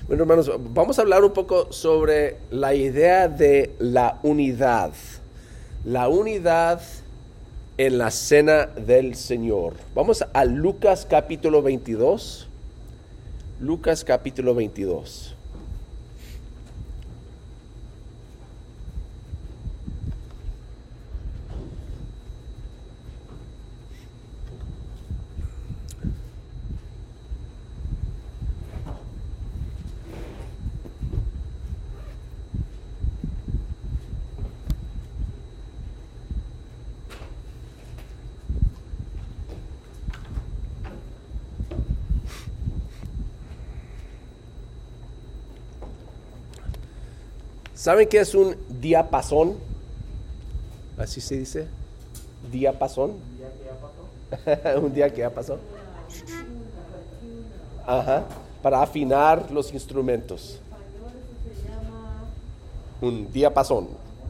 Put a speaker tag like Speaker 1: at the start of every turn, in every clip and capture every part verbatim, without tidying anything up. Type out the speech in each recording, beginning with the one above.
Speaker 1: Bueno, hermanos, vamos a hablar un poco sobre la idea de la unidad. La unidad en la cena del Señor. Vamos a Lucas capítulo veintidós. Lucas capítulo veintidós. ¿Saben qué es un diapasón? ¿Así se dice? ¿Diapasón?
Speaker 2: ¿Un día que ya pasó?
Speaker 1: Un día que ya pasó. Ajá. Para afinar los instrumentos. Un diapasón.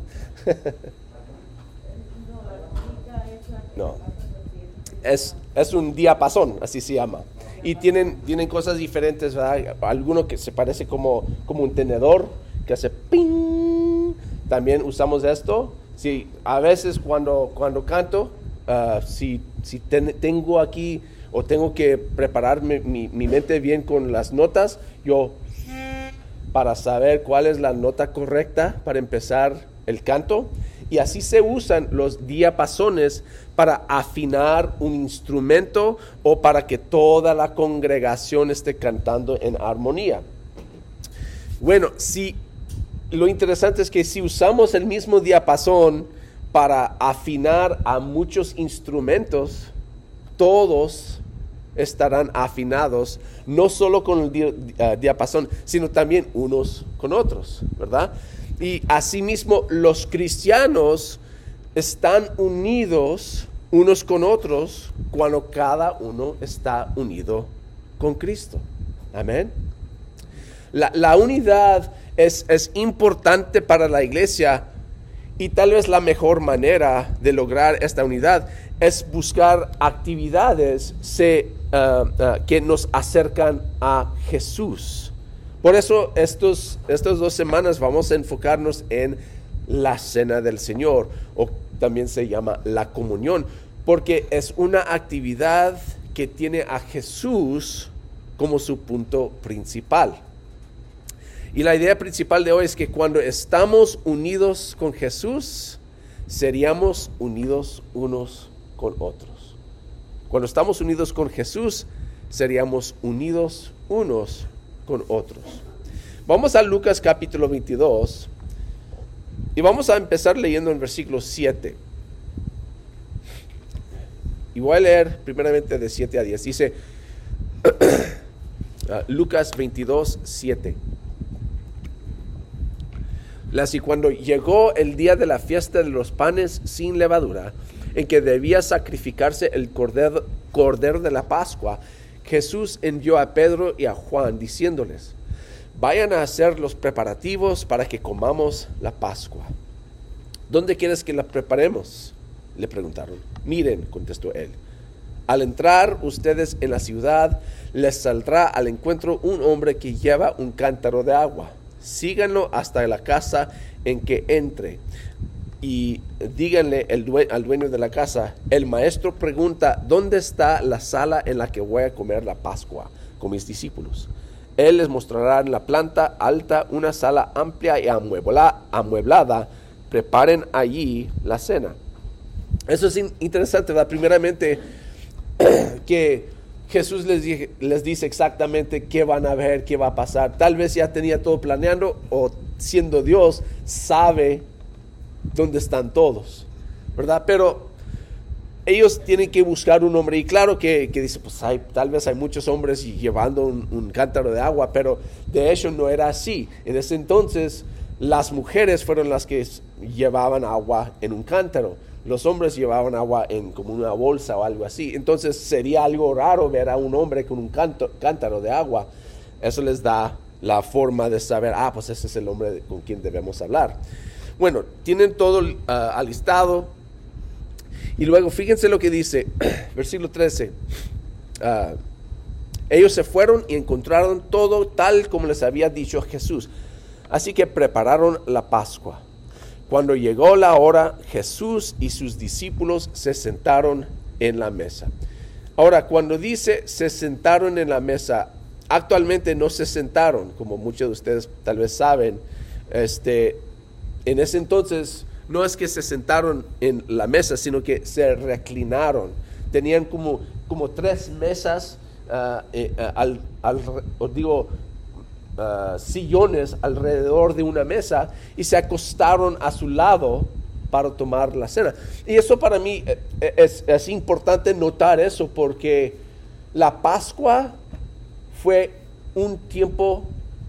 Speaker 1: No. Es, es un diapasón, así se llama. Y tienen, tienen cosas diferentes, ¿verdad? Alguno que se parece como, como un tenedor, que hace ping. También usamos esto. Sí, a veces cuando, cuando canto, uh, si, si ten, tengo aquí o tengo que preparar mi, mi, mi mente bien con las notas, yo para saber cuál es la nota correcta para empezar el canto. Y así se usan los diapasones para afinar un instrumento o para que toda la congregación esté cantando en armonía. Bueno, si lo interesante es que si usamos el mismo diapasón para afinar a muchos instrumentos, todos estarán afinados, no solo con el di- uh, diapasón, sino también unos con otros, ¿verdad? Y asimismo los cristianos están unidos unos con otros cuando cada uno está unido con Cristo. Amén. La, la unidad es, es importante para la iglesia, y tal vez la mejor manera de lograr esta unidad es buscar actividades se, uh, uh, que nos acercan a Jesús. Por eso estos, estas dos semanas vamos a enfocarnos en la cena del Señor, o también se llama la comunión, porque es una actividad que tiene a Jesús como su punto principal. Y la idea principal de hoy es que cuando estamos unidos con Jesús, seríamos unidos unos con otros. Cuando estamos unidos con Jesús, seríamos unidos unos con otros. Vamos a Lucas capítulo veintidós y vamos a empezar leyendo en versículo siete. Y voy a leer primeramente de siete a diez. Dice uh, Lucas veintidós, siete. Y cuando llegó el día de la fiesta de los panes sin levadura, en que debía sacrificarse el cordero, cordero de la Pascua, Jesús envió a Pedro y a Juan diciéndoles: vayan a hacer los preparativos para que comamos la Pascua. ¿Dónde quieres que la preparemos?, le preguntaron. Miren, contestó él, al entrar ustedes en la ciudad, les saldrá al encuentro un hombre que lleva un cántaro de agua. Síganlo hasta la casa en que entre y díganle el due- al dueño de la casa: el maestro pregunta, ¿dónde está la sala en la que voy a comer la Pascua con mis discípulos? Él les mostrará en la planta alta una sala amplia y amuebla- amueblada. Preparen allí la cena. Eso es in- interesante, ¿verdad? Primeramente, que Jesús les, dije, les dice exactamente qué van a ver, qué va a pasar. Tal vez ya tenía todo planeando, o siendo Dios, sabe dónde están todos, ¿verdad? Pero ellos tienen que buscar un hombre. Y claro que, que dice, pues hay, tal vez hay muchos hombres llevando un, un cántaro de agua, pero de hecho no era así. En ese entonces, las mujeres fueron las que llevaban agua en un cántaro. Los hombres llevaban agua en como una bolsa o algo así. Entonces sería algo raro ver a un hombre con un canto, cántaro de agua. Eso les da la forma de saber, ah, pues ese es el hombre con quien debemos hablar. Bueno, tienen todo uh, alistado. Y luego fíjense lo que dice, versículo trece. Uh, Ellos se fueron y encontraron todo tal como les había dicho Jesús. Así que prepararon la Pascua. Cuando llegó la hora, Jesús y sus discípulos se sentaron en la mesa. Ahora, cuando dice se sentaron en la mesa, actualmente no se sentaron, como muchos de ustedes tal vez saben. Este, en ese entonces no es que se sentaron en la mesa, sino que se reclinaron. Tenían como, como tres mesas, uh, eh, uh, al, al, os digo, uh, sillones alrededor de una mesa y se acostaron a su lado para tomar la cena. Y eso para mí es, es importante notar eso, porque la Pascua fue un tiempo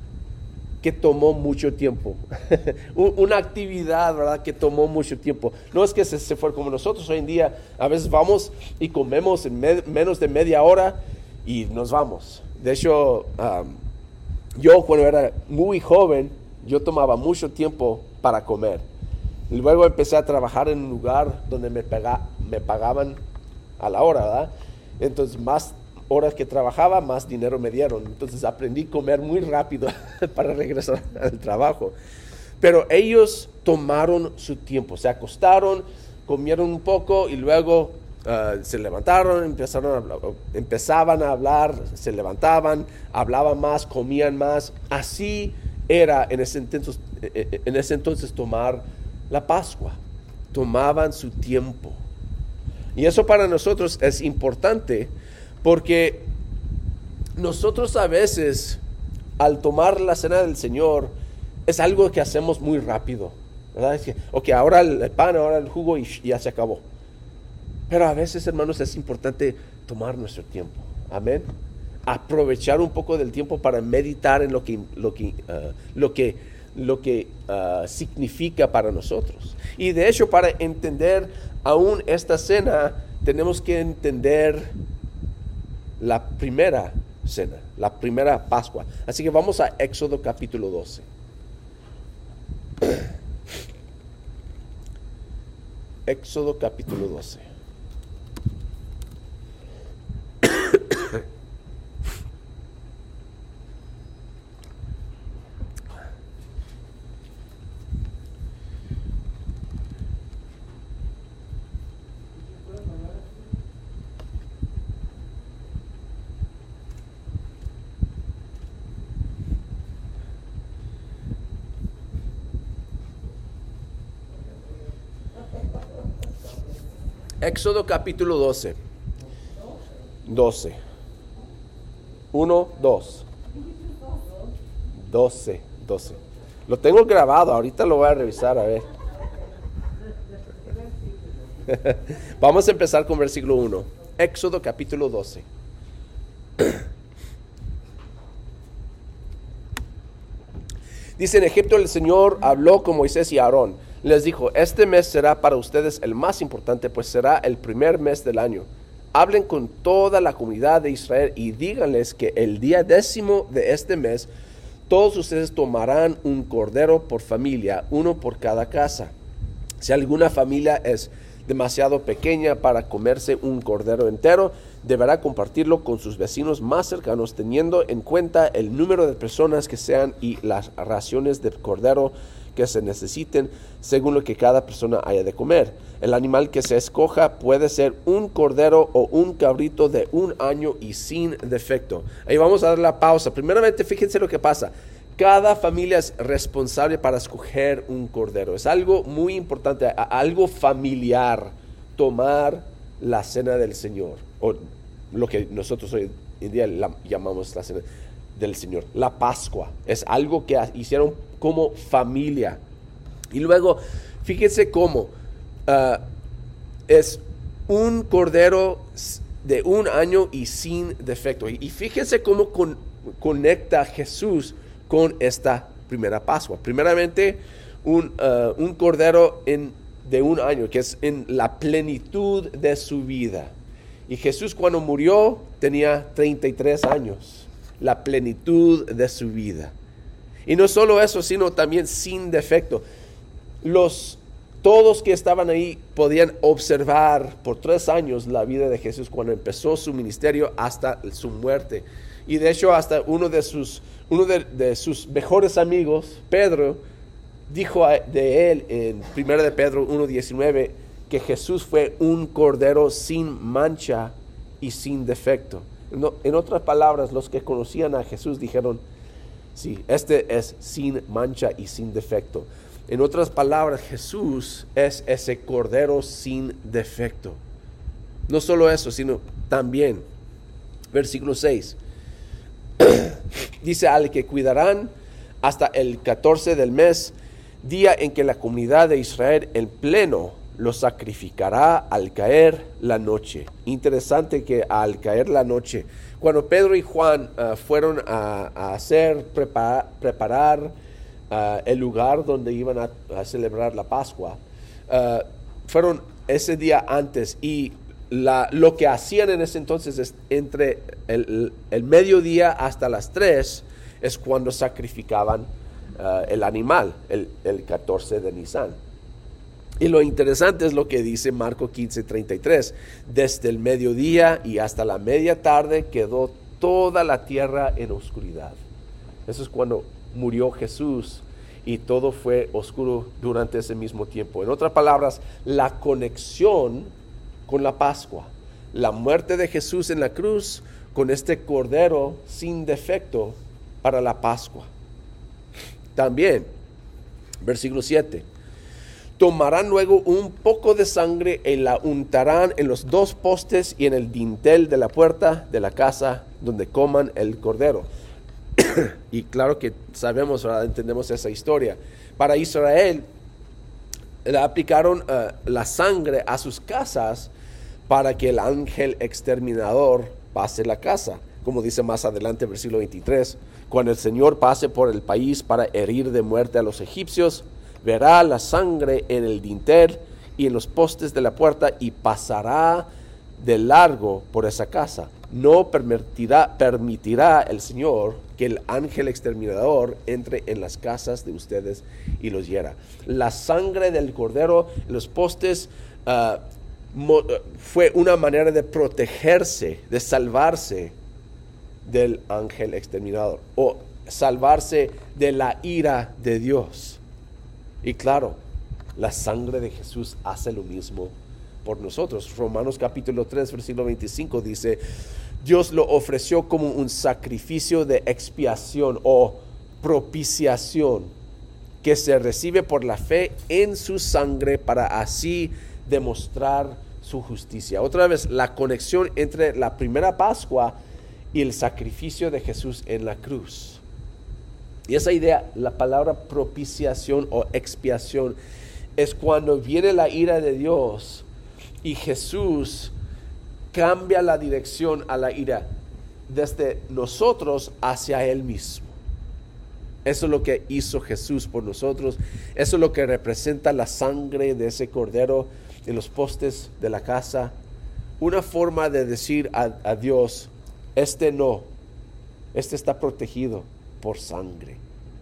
Speaker 1: que tomó mucho tiempo, una actividad, ¿verdad?, que tomó mucho tiempo. No es que se, se fue como nosotros hoy en día, a veces vamos y comemos en me, menos de media hora y nos vamos. De hecho, um, yo cuando era muy joven, yo tomaba mucho tiempo para comer. Luego empecé a trabajar en un lugar donde me, pega, me pagaban a la hora, ¿verdad? Entonces, más horas que trabajaba, más dinero me dieron. Entonces aprendí a comer muy rápido para regresar al trabajo. Pero ellos tomaron su tiempo, se acostaron, comieron un poco y luego uh, se levantaron, empezaron a hablar, empezaban a hablar, se levantaban, hablaban más, comían más. Así era en ese entonces, en ese entonces tomar la Pascua. Tomaban su tiempo. Y eso para nosotros es importante, porque nosotros a veces, al tomar la cena del Señor, es algo que hacemos muy rápido, ¿verdad? Es que, ok, ahora el pan, ahora el jugo y ya se acabó. Pero a veces, hermanos, es importante tomar nuestro tiempo. Amén. Aprovechar un poco del tiempo para meditar en lo que, lo que, uh, lo que, lo que uh, significa para nosotros. Y de hecho, para entender aún esta cena, tenemos que entender la primera cena, la primera Pascua. Así que vamos a Éxodo capítulo doce. Éxodo capítulo doce. Éxodo capítulo doce. doce. uno, dos. doce, doce. Lo tengo grabado, ahorita lo voy a revisar, a ver. Vamos a empezar con versículo uno. Éxodo capítulo doce. Dice: en Egipto el Señor habló con Moisés y Aarón. Les dijo: este mes será para ustedes el más importante, pues será el primer mes del año. Hablen con toda la comunidad de Israel y díganles que el día décimo de este mes todos ustedes tomarán un cordero por familia, uno por cada casa. Si alguna familia es demasiado pequeña para comerse un cordero entero, deberá compartirlo con sus vecinos más cercanos, teniendo en cuenta el número de personas que sean y las raciones de cordero que se necesiten según lo que cada persona haya de comer. El animal que se escoja puede ser un cordero o un cabrito de un año y sin defecto. Ahí vamos a dar la pausa. Primeramente, fíjense lo que pasa. Cada familia es responsable para escoger un cordero. Es algo muy importante, algo familiar, tomar la cena del Señor, o lo que nosotros hoy en día llamamos la cena del Señor, la Pascua. Es algo que hicieron como familia. Y luego, fíjense cómo uh, es un cordero de un año y sin defecto. Y, y fíjense cómo con, conecta Jesús con esta primera Pascua. Primeramente, un, uh, un cordero en, de un año, que es en la plenitud de su vida. Y Jesús, cuando murió, tenía treinta y tres años, la plenitud de su vida. Y no solo eso, sino también sin defecto. Los, todos que estaban ahí podían observar por tres años la vida de Jesús cuando empezó su ministerio hasta su muerte. Y de hecho hasta uno de sus, uno de, de sus mejores amigos, Pedro, dijo de él en primera de Pedro uno diecinueve que Jesús fue un cordero sin mancha y sin defecto. No, en otras palabras, los que conocían a Jesús dijeron, sí, este es sin mancha y sin defecto. En otras palabras, Jesús es ese cordero sin defecto. No solo eso, sino también, versículo seis, dice, al que cuidarán hasta el catorce del mes, día en que la comunidad de Israel en pleno lo sacrificará al caer la noche. Interesante que al caer la noche, cuando Pedro y Juan uh, fueron a, a hacer, preparar, preparar uh, el lugar donde iban a, a celebrar la Pascua, uh, fueron ese día antes, y la, lo que hacían en ese entonces es entre el, el mediodía hasta las tres es cuando sacrificaban uh, el animal, el, el catorce de Nisan. Y lo interesante es lo que dice Marcos quince treinta y tres. Desde el mediodía y hasta la media tarde quedó toda la tierra en oscuridad. Eso es cuando murió Jesús y todo fue oscuro durante ese mismo tiempo. En otras palabras, la conexión con la Pascua, la muerte de Jesús en la cruz con este cordero sin defecto para la Pascua. También, versículo siete. Tomarán luego un poco de sangre y la untarán en los dos postes y en el dintel de la puerta de la casa donde coman el cordero. Y claro que sabemos, ¿verdad? Entendemos esa historia. Para Israel, le aplicaron uh, la sangre a sus casas para que el ángel exterminador pase la casa. Como dice más adelante, versículo veintitrés. Cuando el Señor pase por el país para herir de muerte a los egipcios, verá la sangre en el dintel y en los postes de la puerta y pasará de largo por esa casa. No permitirá, permitirá el Señor que el ángel exterminador entre en las casas de ustedes y los hiera. La sangre del cordero en los postes uh, mo, fue una manera de protegerse, de salvarse del ángel exterminador o salvarse de la ira de Dios. Y claro, la sangre de Jesús hace lo mismo por nosotros. Romanos capítulo tres, versículo veinticinco dice, Dios lo ofreció como un sacrificio de expiación o propiciación que se recibe por la fe en su sangre para así demostrar su justicia. Otra vez, la conexión entre la primera Pascua y el sacrificio de Jesús en la cruz. Y esa idea, la palabra propiciación o expiación, es cuando viene la ira de Dios y Jesús cambia la dirección a la ira desde nosotros hacia Él mismo. Eso es lo que hizo Jesús por nosotros. Eso es lo que representa la sangre de ese cordero en los postes de la casa. Una forma de decir a, a Dios, este no, este está protegido por sangre.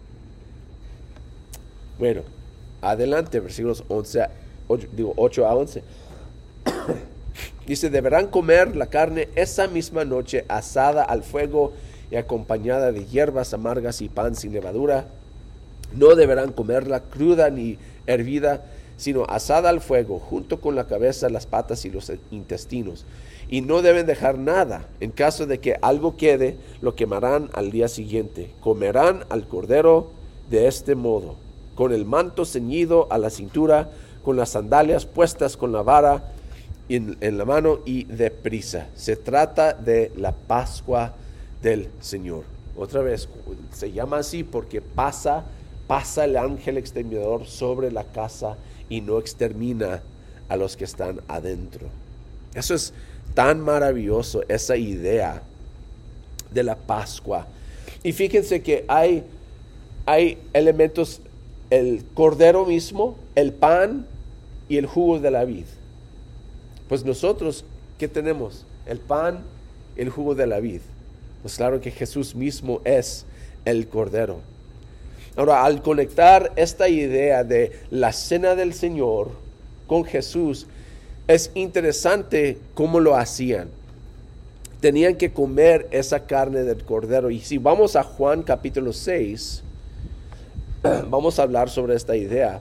Speaker 1: Bueno, adelante, versículos once, ocho, digo ocho a once. Dice, deberán comer la carne esa misma noche asada al fuego y acompañada de hierbas amargas y pan sin levadura. No deberán comerla cruda ni hervida, sino asada al fuego, junto con la cabeza, las patas y los intestinos. Y no deben dejar nada. En caso de que algo quede, lo quemarán al día siguiente. Comerán al cordero de este modo, con el manto ceñido a la cintura, con las sandalias puestas con la vara en, en la mano y deprisa. Se trata de la Pascua del Señor. Otra vez, se llama así porque pasa, pasa el ángel exterminador sobre la casa y no extermina a los que están adentro. Eso es tan maravilloso, esa idea de la Pascua. Y fíjense que hay, hay elementos, el cordero mismo, el pan y el jugo de la vid. Pues nosotros, ¿qué tenemos? El pan y el jugo de la vid. Pues claro que Jesús mismo es el cordero. Ahora, al conectar esta idea de la cena del Señor con Jesús, es interesante cómo lo hacían. tenían que comer esa carne del cordero. Y si vamos a Juan capítulo seis, vamos a hablar sobre esta idea.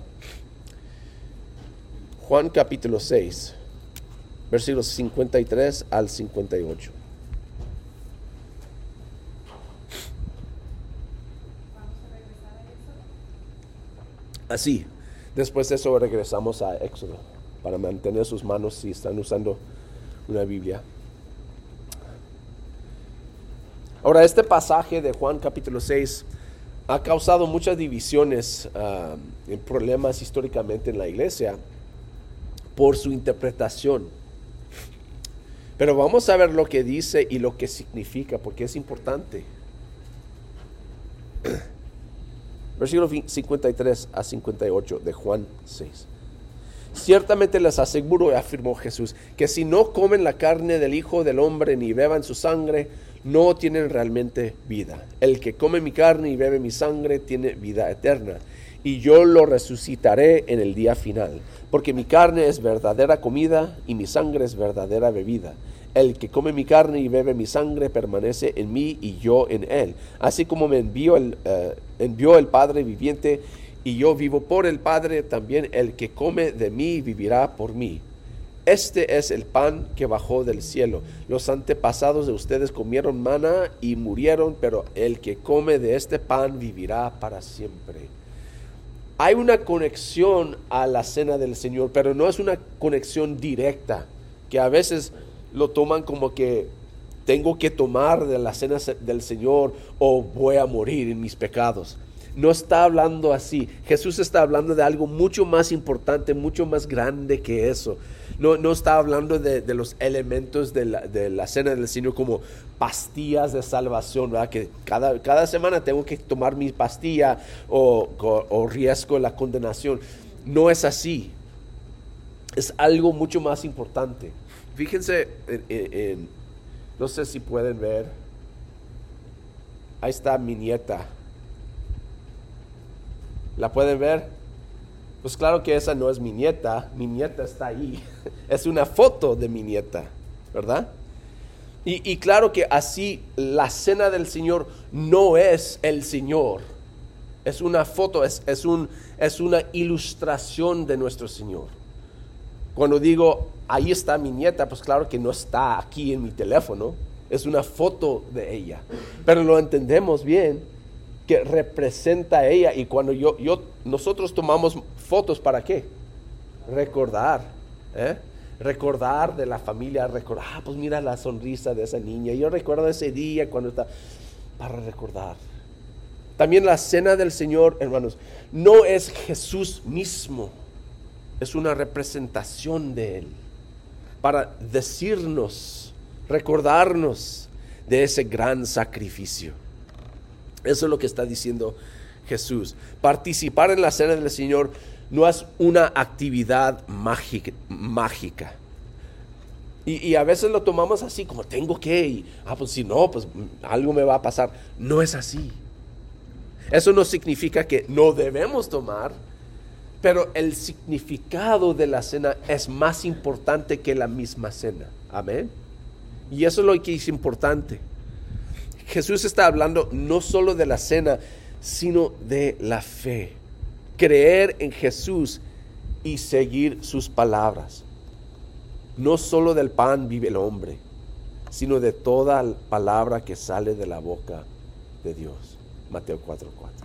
Speaker 1: Juan capítulo seis, versículos cincuenta y tres al cincuenta y ocho. Así, después de eso regresamos a Éxodo para mantener sus manos si están usando una Biblia. Ahora, este pasaje de Juan capítulo seis ha causado muchas divisiones, uh, en problemas históricamente en la iglesia por su interpretación. Pero vamos a ver lo que dice y lo que significa, porque es importante. Versículo cincuenta y tres a cincuenta y ocho de Juan seis. Ciertamente les aseguro, afirmó Jesús, que si no comen la carne del Hijo del Hombre ni beban su sangre, no tienen realmente vida. El que come mi carne y bebe mi sangre tiene vida eterna, y yo lo resucitaré en el día final, porque mi carne es verdadera comida y mi sangre es verdadera bebida. El que come mi carne y bebe mi sangre permanece en mí y yo en él. Así como me envió el, uh, envió el Padre viviente y yo vivo por el Padre, también el que come de mí vivirá por mí. Este es el pan que bajó del cielo. Los antepasados de ustedes comieron maná y murieron, pero el que come de este pan vivirá para siempre. Hay una conexión a la cena del Señor, pero no es una conexión directa, que a veces lo toman como que tengo que tomar de la cena del Señor o voy a morir en mis pecados. No está hablando así. Jesús está hablando de algo mucho más importante, mucho más grande que eso. No, no está hablando de, de los elementos de la, de la cena del Señor como pastillas de salvación, ¿verdad? Que cada, cada semana tengo que tomar mi pastilla o, o, o riesgo la condenación. No es así. Es algo mucho más importante. Fíjense en, en, en, no sé si pueden ver, ahí está mi nieta. ¿La pueden ver? Pues claro que esa no es mi nieta, mi nieta está ahí. Es una foto de mi nieta, ¿verdad? Y, y claro que así la cena del Señor no es el Señor. Es una foto, es, es, un, es una ilustración de nuestro Señor. Cuando digo, ahí está mi nieta, pues claro que no está aquí en mi teléfono. Es una foto de ella. Pero lo entendemos bien, que representa a ella. Y cuando yo, yo, nosotros tomamos fotos, ¿para qué? Recordar, ¿eh? Recordar de la familia, recordar, ah, pues mira la sonrisa de esa niña. Yo recuerdo ese día cuando está, para recordar. También la cena del Señor, hermanos, no es Jesús mismo. Es una representación de Él, para decirnos, recordarnos de ese gran sacrificio. Eso es lo que está diciendo Jesús. Participar en la cena del Señor no es una actividad mágica. mágica. Y, y a veces lo tomamos así, como tengo que, y, ah, pues si no, pues algo me va a pasar. No es así. Eso no significa que no debemos tomar, pero el significado de la cena es más importante que la misma cena. Amén. Y eso es lo que es importante. Jesús está hablando no solo de la cena, sino de la fe. Creer en Jesús y seguir sus palabras. No solo del pan vive el hombre, sino de toda palabra que sale de la boca de Dios. Mateo cuatro cuatro.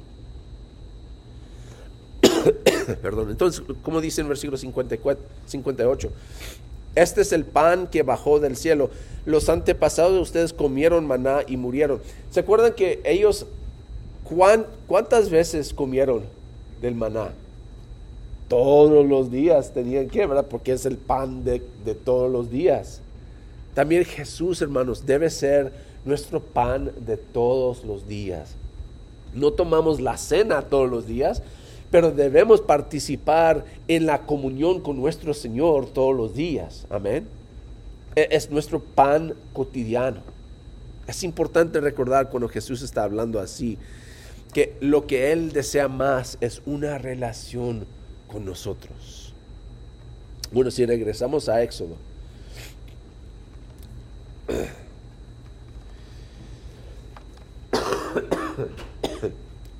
Speaker 1: Perdón. Entonces, como dice en versículo cincuenta y cuatro, cincuenta y ocho, este es el pan que bajó del cielo. Los antepasados de ustedes comieron maná y murieron. ¿Se acuerdan que ellos cuán, cuántas veces comieron del maná? Todos los días tenían que, ¿verdad? Porque es el pan de, de todos los días. También Jesús, hermanos, debe ser nuestro pan de todos los días. No tomamos la cena todos los días, pero debemos participar en la comunión con nuestro Señor todos los días. Amén. Es nuestro pan cotidiano. Es importante recordar cuando Jesús está hablando así, que lo que Él desea más es una relación con nosotros. Bueno, si regresamos a Éxodo,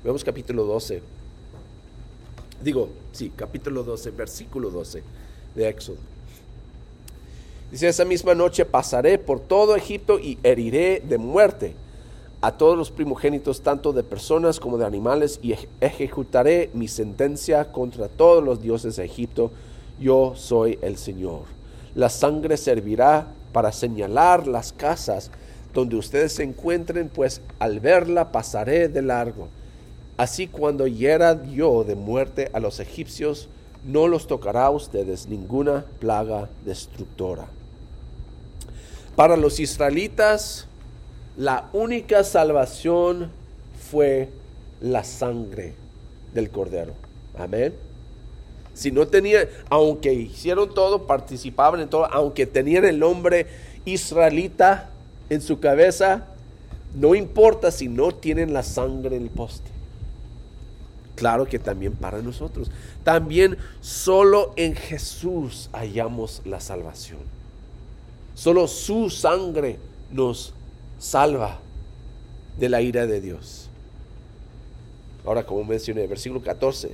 Speaker 1: Vemos capítulo doce. Digo, sí, capítulo doce, versículo doce de Éxodo. Dice: esa misma noche pasaré por todo Egipto y heriré de muerte a todos los primogénitos, tanto de personas como de animales, y ejecutaré mi sentencia contra todos los dioses de Egipto. Yo soy el Señor. La sangre servirá para señalar las casas donde ustedes se encuentren, pues al verla pasaré de largo. Así cuando hiera yo de muerte a los egipcios, no los tocará a ustedes ninguna plaga destructora. Para los israelitas, la única salvación fue la sangre del Cordero. Amén. Si no tenían, aunque hicieron todo, participaban en todo, aunque tenían el nombre israelita en su cabeza, no importa si no tienen la sangre en el poste. Claro que también para nosotros. También solo en Jesús hallamos la salvación. Solo su sangre nos salva de la ira de Dios. Ahora, como mencioné, versículo catorce.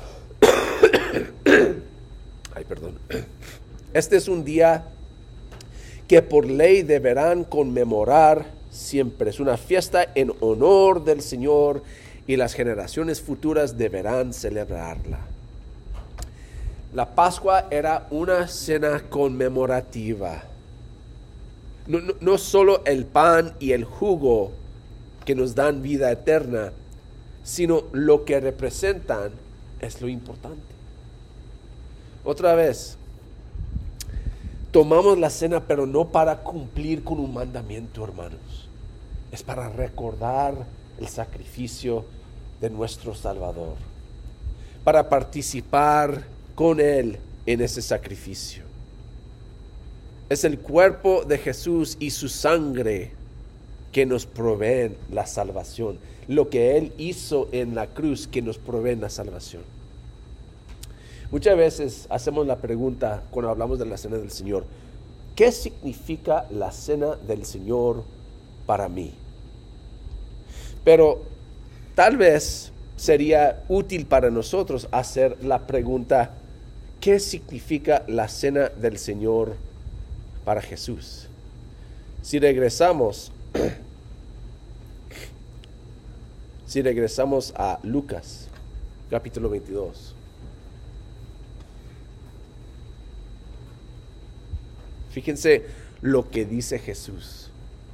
Speaker 1: Ay, perdón. Este es un día que por ley deberán conmemorar siempre. Es una fiesta en honor del Señor y las generaciones futuras deberán celebrarla. La Pascua era una cena conmemorativa. No, no, no solo el pan y el jugo que nos dan vida eterna, sino lo que representan es lo importante. Otra vez, tomamos la cena, pero no para cumplir con un mandamiento, hermanos. Es para recordar el sacrificio de nuestro Salvador, para participar con Él en ese sacrificio. Es el cuerpo de Jesús y su sangre que nos proveen la salvación. Lo que Él hizo en la cruz que nos provee la salvación. Muchas veces hacemos la pregunta cuando hablamos de la cena del Señor: ¿qué significa la cena del Señor para mí? Pero tal vez sería útil para nosotros hacer la pregunta: ¿qué significa la cena del Señor para Jesús? Si regresamos, si regresamos a Lucas, capítulo veintidós. Fíjense lo que dice Jesús.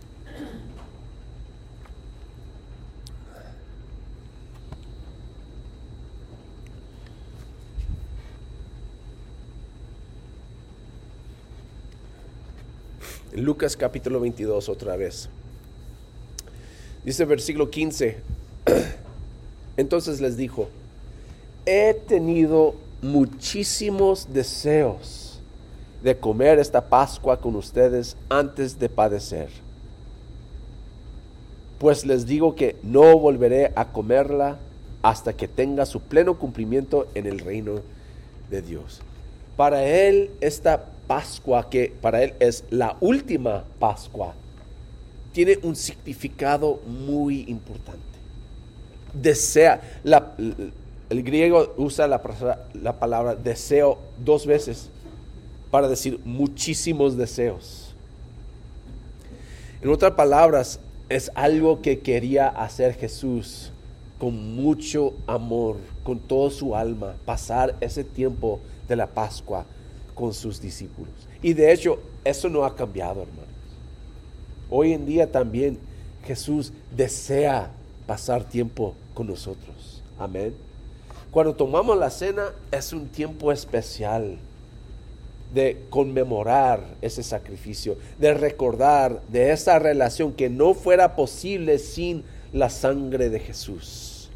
Speaker 1: Lucas capítulo veintidós otra vez. Dice versículo quince. Entonces les dijo: he tenido muchísimos deseos de comer esta Pascua con ustedes antes de padecer. Pues les digo que no volveré a comerla hasta que tenga su pleno cumplimiento en el reino de Dios. Para Él esta Pascua, que para Él es la última Pascua, tiene un significado muy importante. Desea, la, el griego usa la, la palabra deseo dos veces para decir muchísimos deseos. En otras palabras, es algo que quería hacer Jesús con mucho amor, con toda su alma, pasar ese tiempo de la Pascua con sus discípulos. Y de hecho, eso no ha cambiado, hermanos. Hoy en día también Jesús desea pasar tiempo con nosotros. Amén. Cuando tomamos la cena, es un tiempo especial de conmemorar ese sacrificio, de recordar de esa relación que no fuera posible sin la sangre de Jesús.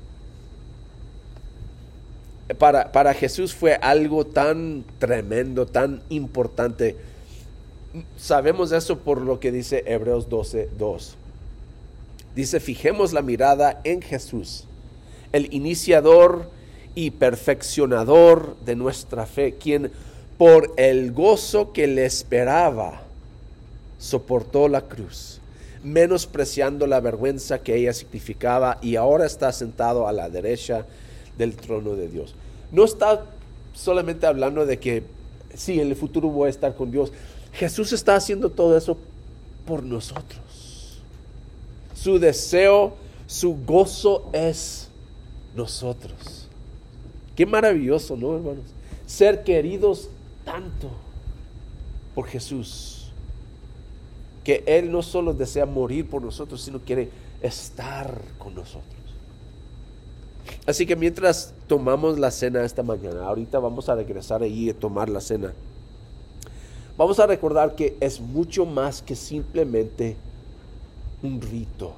Speaker 1: Para, para Jesús fue algo tan tremendo, tan importante. Sabemos eso por lo que dice Hebreos doce dos. Dice: fijemos la mirada en Jesús, el iniciador y perfeccionador de nuestra fe, quien por el gozo que le esperaba soportó la cruz, menospreciando la vergüenza que ella significaba, y ahora está sentado a la derecha del trono de Dios. No está solamente hablando de que sí, en el futuro voy a estar con Dios. Jesús está haciendo todo eso por nosotros. Su deseo, su gozo es nosotros. Qué maravilloso, ¿no, hermanos? Ser queridos tanto por Jesús, que Él no solo desea morir por nosotros, sino quiere estar con nosotros. Así que mientras tomamos la cena esta mañana, ahorita vamos a regresar allí a tomar la cena, vamos a recordar que es mucho más que simplemente un rito.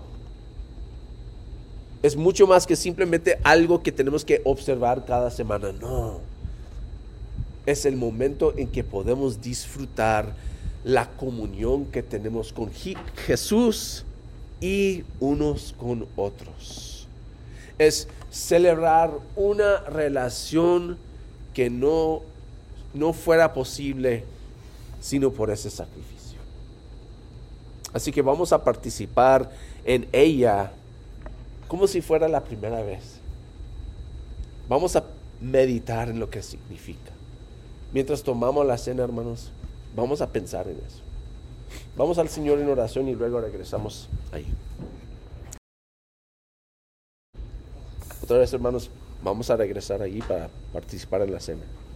Speaker 1: Es mucho más que simplemente algo que tenemos que observar cada semana. No. Es el momento en que podemos disfrutar la comunión que tenemos con Jesús y unos con otros. Es celebrar una relación que no, no fuera posible sino por ese sacrificio. Así que vamos a participar en ella como si fuera la primera vez. Vamos a meditar en lo que significa. Mientras tomamos la cena, hermanos, vamos a pensar en eso. Vamos al Señor en oración y luego regresamos ahí. Otra vez, hermanos, vamos a regresar allí para participar en la cena.